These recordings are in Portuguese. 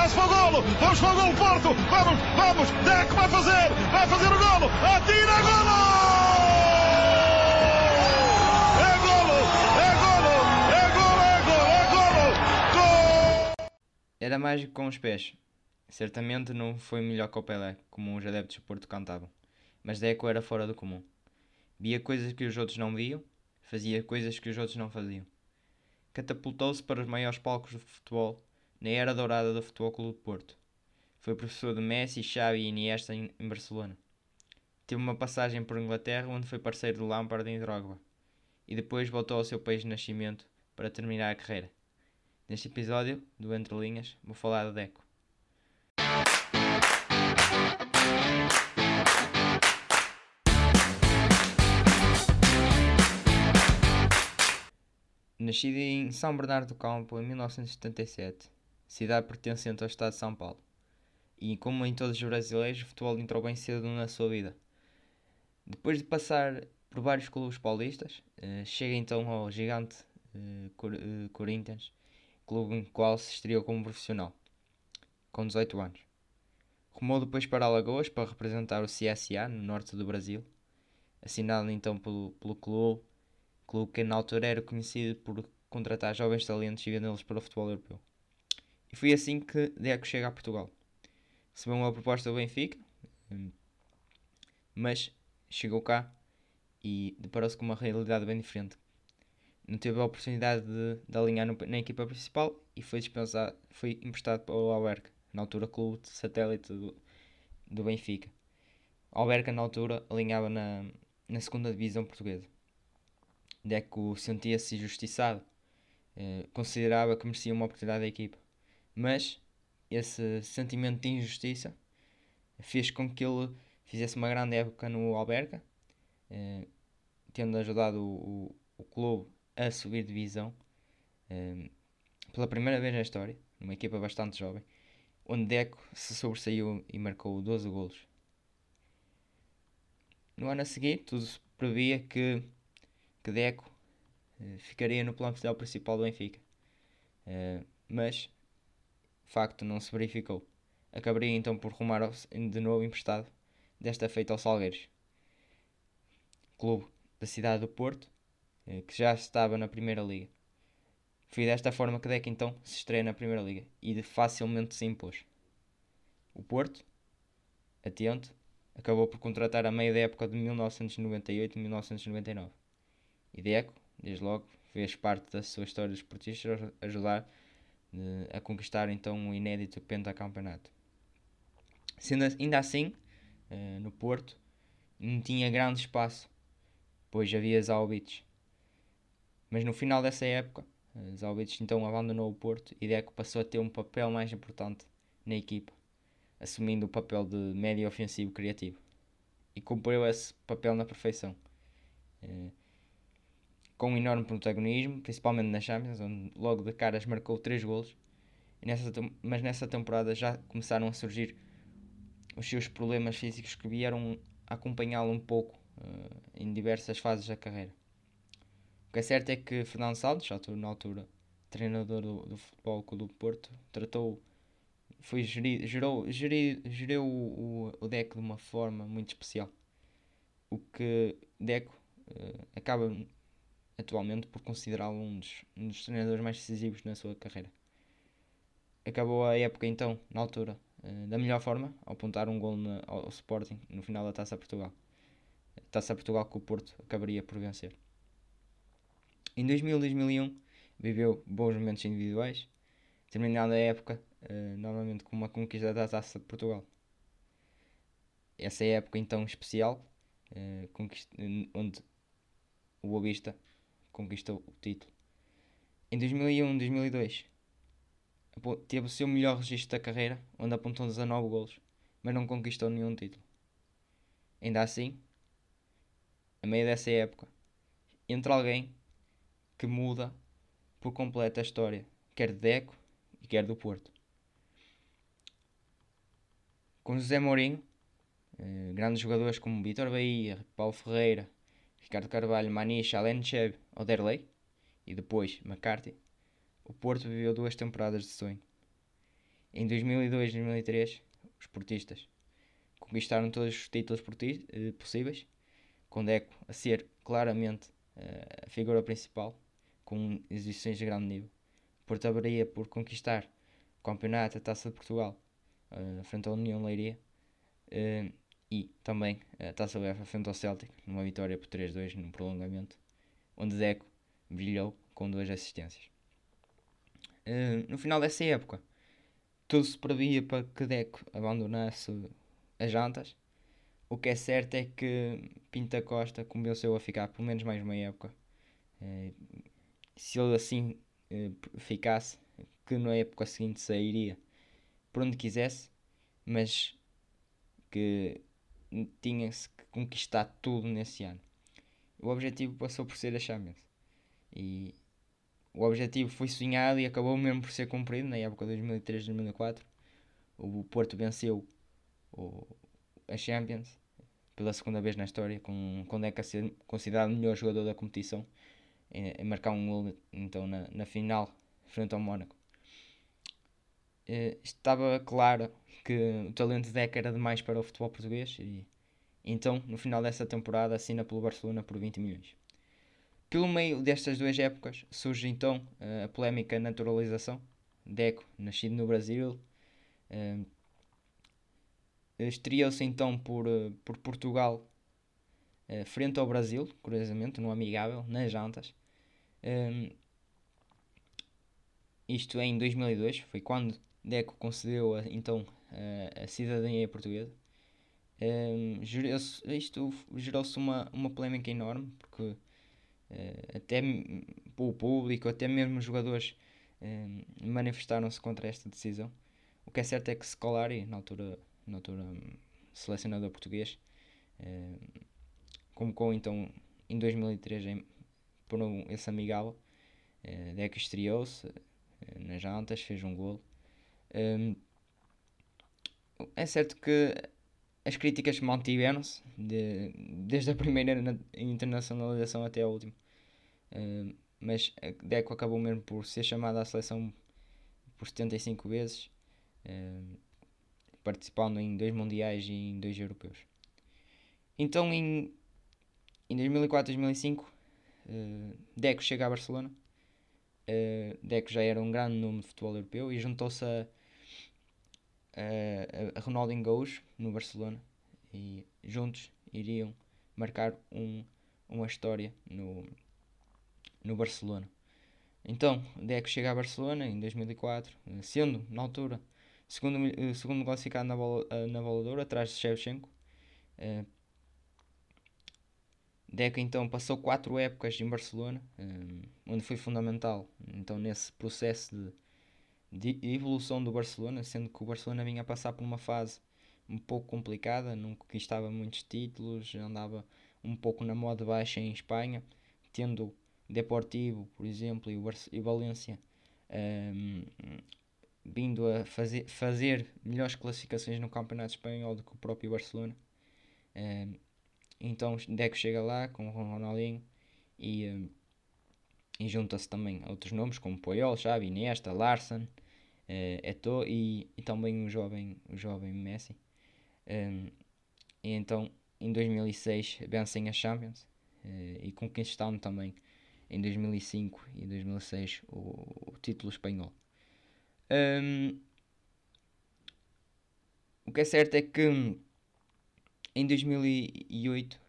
lance para o golo, vamos para o golo Porto, vamos, Deco vai fazer o golo, atira, golo! É golo, é golo, é golo, é golo, é golo, golo! Era mágico com os pés. Certamente não foi melhor que o Pelé, como os adeptos do Porto cantavam, mas Deco era fora do comum. Via coisas que os outros não viam, fazia coisas que os outros não faziam. Catapultou-se para os maiores palcos do futebol na era dourada do Futebol Clube do Porto. Foi professor de Messi, Xavi e Iniesta em Barcelona. Teve uma passagem por Inglaterra onde foi parceiro de Lampard e Drogba. E depois voltou ao seu país de nascimento para terminar a carreira. Neste episódio do Entre Linhas vou falar de Deco. Nascido em São Bernardo do Campo em 1977, cidade pertencente ao estado de São Paulo. E como em todos os brasileiros, o futebol entrou bem cedo na sua vida. Depois de passar por vários clubes paulistas, chega então ao gigante Corinthians, clube em qual se estreou como profissional, com 18 anos. Rumou depois para Alagoas para representar o CSA, no norte do Brasil, assinado então pelo clube que na altura era conhecido por contratar jovens talentos e vendê-los para o futebol europeu. E foi assim que Deco chega a Portugal. Recebeu uma proposta do Benfica, mas chegou cá e deparou-se com uma realidade bem diferente. Não teve a oportunidade de alinhar na equipa principal e foi emprestado para o Alverca, na altura clube de satélite do Benfica. O Alverca na altura alinhava na segunda divisão portuguesa. Deco sentia-se injustiçado, considerava que merecia uma oportunidade da equipa, mas esse sentimento de injustiça fez com que ele fizesse uma grande época no Alverca, tendo ajudado o clube a subir divisão pela primeira vez na história, numa equipa bastante jovem, onde Deco se sobressaiu e marcou 12 golos. No ano a seguir, tudo se previa que Deco ficaria no plantel principal do Benfica, mas de facto não se verificou. Acabaria então por rumar de novo emprestado, desta feita ao Salgueiros, clube da cidade do Porto, que já estava na Primeira Liga. Foi desta forma que Deco então se estreia na Primeira Liga e facilmente se impôs. O Porto, atento, acabou por contratar a meio da época de 1998 e 1999. E Deco, desde logo, fez parte da sua história dos esportistas ajudar a conquistar então o inédito pentacampeonato. Sendo ainda assim, no Porto, não tinha grande espaço, pois havia Zalbites. Mas no final dessa época, Zalbites então abandonou o Porto e Deco passou a ter um papel mais importante na equipa, assumindo o papel de médio ofensivo criativo. E cumpriu esse papel na perfeição, com um enorme protagonismo, principalmente na Champions, onde logo de caras marcou 3 golos. Mas nessa temporada já começaram a surgir os seus problemas físicos que vieram a acompanhá-lo um pouco em diversas fases da carreira. O que é certo é que Fernando Santos, na altura treinador do Futebol Clube do Porto, geriu o Deco de uma forma muito especial. O que Deco acaba atualmente por considerá-lo um dos treinadores mais decisivos na sua carreira. Acabou a época então, na altura, da melhor forma, ao apontar um gol ao Sporting no final da Taça Portugal. A Taça Portugal que o Porto acabaria por vencer. Em 2000 e 2001 viveu bons momentos individuais, terminando a época novamente com uma conquista da Taça de Portugal. Essa época então especial, onde o Boavista conquistou o título. Em 2001 e 2002 teve o seu melhor registro da carreira, onde apontou 19 golos, mas não conquistou nenhum título. Ainda assim, a meio dessa época, entra alguém que muda por completo a história, quer de Deco e quer do Porto. Com José Mourinho, grandes jogadores como Vítor Bahia, Paulo Ferreira, Ricardo Carvalho, Maniche, Alenchev ou Derlei, e depois McCarthy, o Porto viveu 2 temporadas de sonho. Em 2002 e 2003, os portistas conquistaram todos os títulos possíveis, com Deco a ser claramente a figura principal, com exibições de grande nível. Porto acabaria por conquistar o campeonato, a Taça de Portugal, frente à União Leiria, e também a Taça UEFA frente ao Celtic, numa vitória por 3-2 no prolongamento, onde Deco brilhou com 2 assistências. No final dessa época, tudo se previa para que Deco abandonasse as jantas. O que é certo é que Pinta Costa convenceu a ficar pelo menos mais uma época. Se ele assim ficasse, que na época seguinte sairia por onde quisesse, mas que tinha-se que conquistar tudo nesse ano. O objetivo passou por ser a Champions. E o objetivo foi sonhado e acabou mesmo por ser cumprido na época de 2003-2004. O Porto venceu a Champions pela segunda vez na história, com Deco a ser considerado o melhor jogador da competição, a marcar um gol então na final frente ao Mónaco. Estava claro que o talento de Deco era demais para o futebol português e então no final dessa temporada assina pelo Barcelona por 20 milhões. Pelo meio destas 2 épocas surge então a polémica naturalização. Deco, nascido no Brasil, estreou-se então por Portugal frente ao Brasil, curiosamente, no amigável, nas jantas. Isto é em 2002, foi quando Deco concedeu então a cidadania portuguesa. Isto gerou-se uma polémica enorme, porque até o público, até mesmo os jogadores manifestaram-se contra esta decisão. O que é certo é que Scolari, na altura selecionador português, convocou então em 2003 por esse amigável. Deco estreou-se nas jantas, fez um golo. É certo que as críticas mantiveram-se desde a primeira internacionalização até a última, mas Deco acabou mesmo por ser chamado à seleção por 75 vezes, participando em 2 mundiais e em 2 europeus. Então em 2004 e 2005 Deco chega a Barcelona. Deco já era um grande nome de futebol europeu e juntou-se a Ronaldinho Gaúcho no Barcelona, e juntos iriam marcar uma história no Barcelona. Então Deco chega a Barcelona em 2004, sendo na altura segundo classificado na bola de ouro, atrás de Shevchenko. Deco então passou 4 épocas em Barcelona, onde foi fundamental então nesse processo de evolução do Barcelona, sendo que o Barcelona vinha a passar por uma fase um pouco complicada, não conquistava muitos títulos, andava um pouco na moda baixa em Espanha, tendo Deportivo, por exemplo, e Valência vindo a fazer melhores classificações no Campeonato Espanhol do que o próprio Barcelona. Então Deco chega lá com o Ronaldinho e junta-se também a outros nomes como Puyol, Xavi, Iniesta, Larsson, Eto'o e também o jovem Messi. E então em 2006 vencem a Champions e conquistaram também em 2005 e 2006 o título espanhol. O que é certo é que em 2008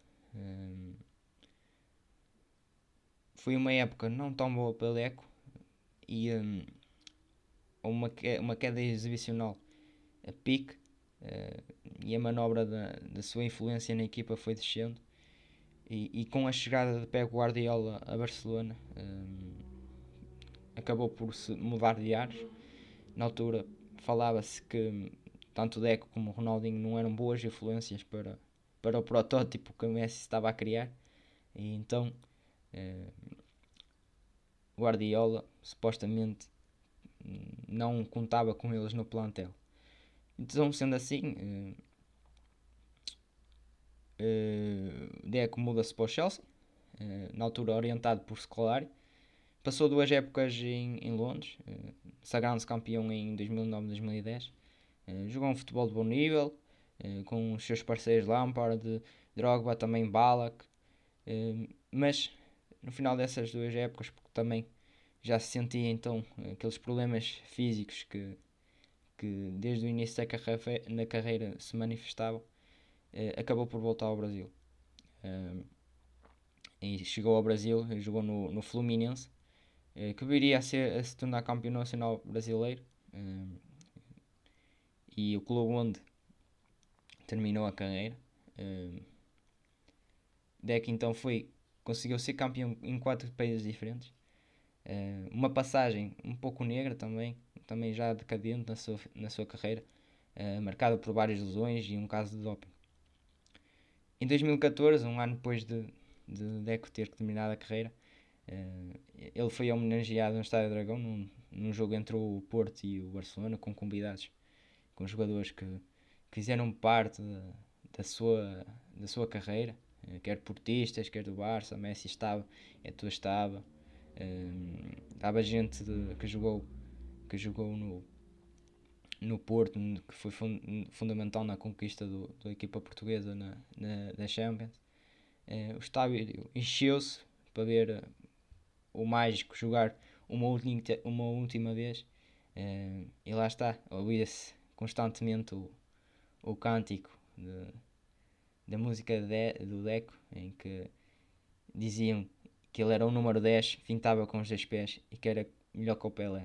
foi uma época não tão boa para Deco e uma queda exibicional a pique, e a manobra da sua influência na equipa foi descendo, e com a chegada de Pep Guardiola a Barcelona acabou por se mudar de ares. Na altura falava-se que tanto Deco como Ronaldinho não eram boas influências para o protótipo que o Messi estava a criar, e então Guardiola supostamente não contava com eles no plantel. Então, sendo assim, Deco muda-se para o Chelsea, na altura orientado por Scolari, Passou 2 épocas em Londres, sagrando-se campeão em 2009-2010. Jogou um futebol de bom nível, com os seus parceiros Lampard, Drogba, também Ballack. Mas no final dessas 2 épocas, porque também já se sentia então aqueles problemas físicos que desde o início na carreira se manifestavam, acabou por voltar ao Brasil. E chegou ao Brasil, jogou no Fluminense, que viria a se tornar campeão nacional brasileiro, e o clube onde terminou a carreira. Deco então conseguiu ser campeão em 4 países diferentes. Uma passagem um pouco negra também já decadente na sua carreira, marcada por várias lesões e um caso de doping. Em 2014, um ano depois de Deco ter terminado a carreira, ele foi homenageado no Estádio Dragão num jogo entre o Porto e o Barcelona, com convidados, com jogadores que fizeram parte da sua carreira, quer portistas, quer do Barça. Messi estava, Eto'o estava, estava gente que jogou no Porto, que foi fundamental na conquista da equipa portuguesa da Champions. O estádio encheu-se para ver o Mágico jogar uma última vez, e lá está, ouvia-se constantemente o cântico da música do Deco, em que diziam que ele era o número 10, fintava com os 2 pés e que era melhor que o Pelé.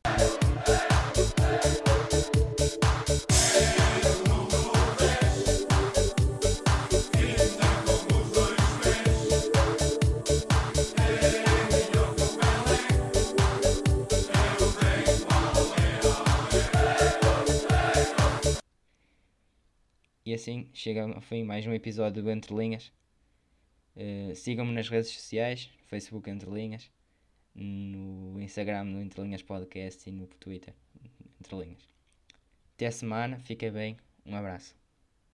E assim chega ao fim mais um episódio do Entre Linhas. Sigam-me nas redes sociais, Facebook Entre Linhas, no Instagram no Entre Linhas Podcast e no Twitter Entre Linhas. Até a semana, fiquem bem, um abraço.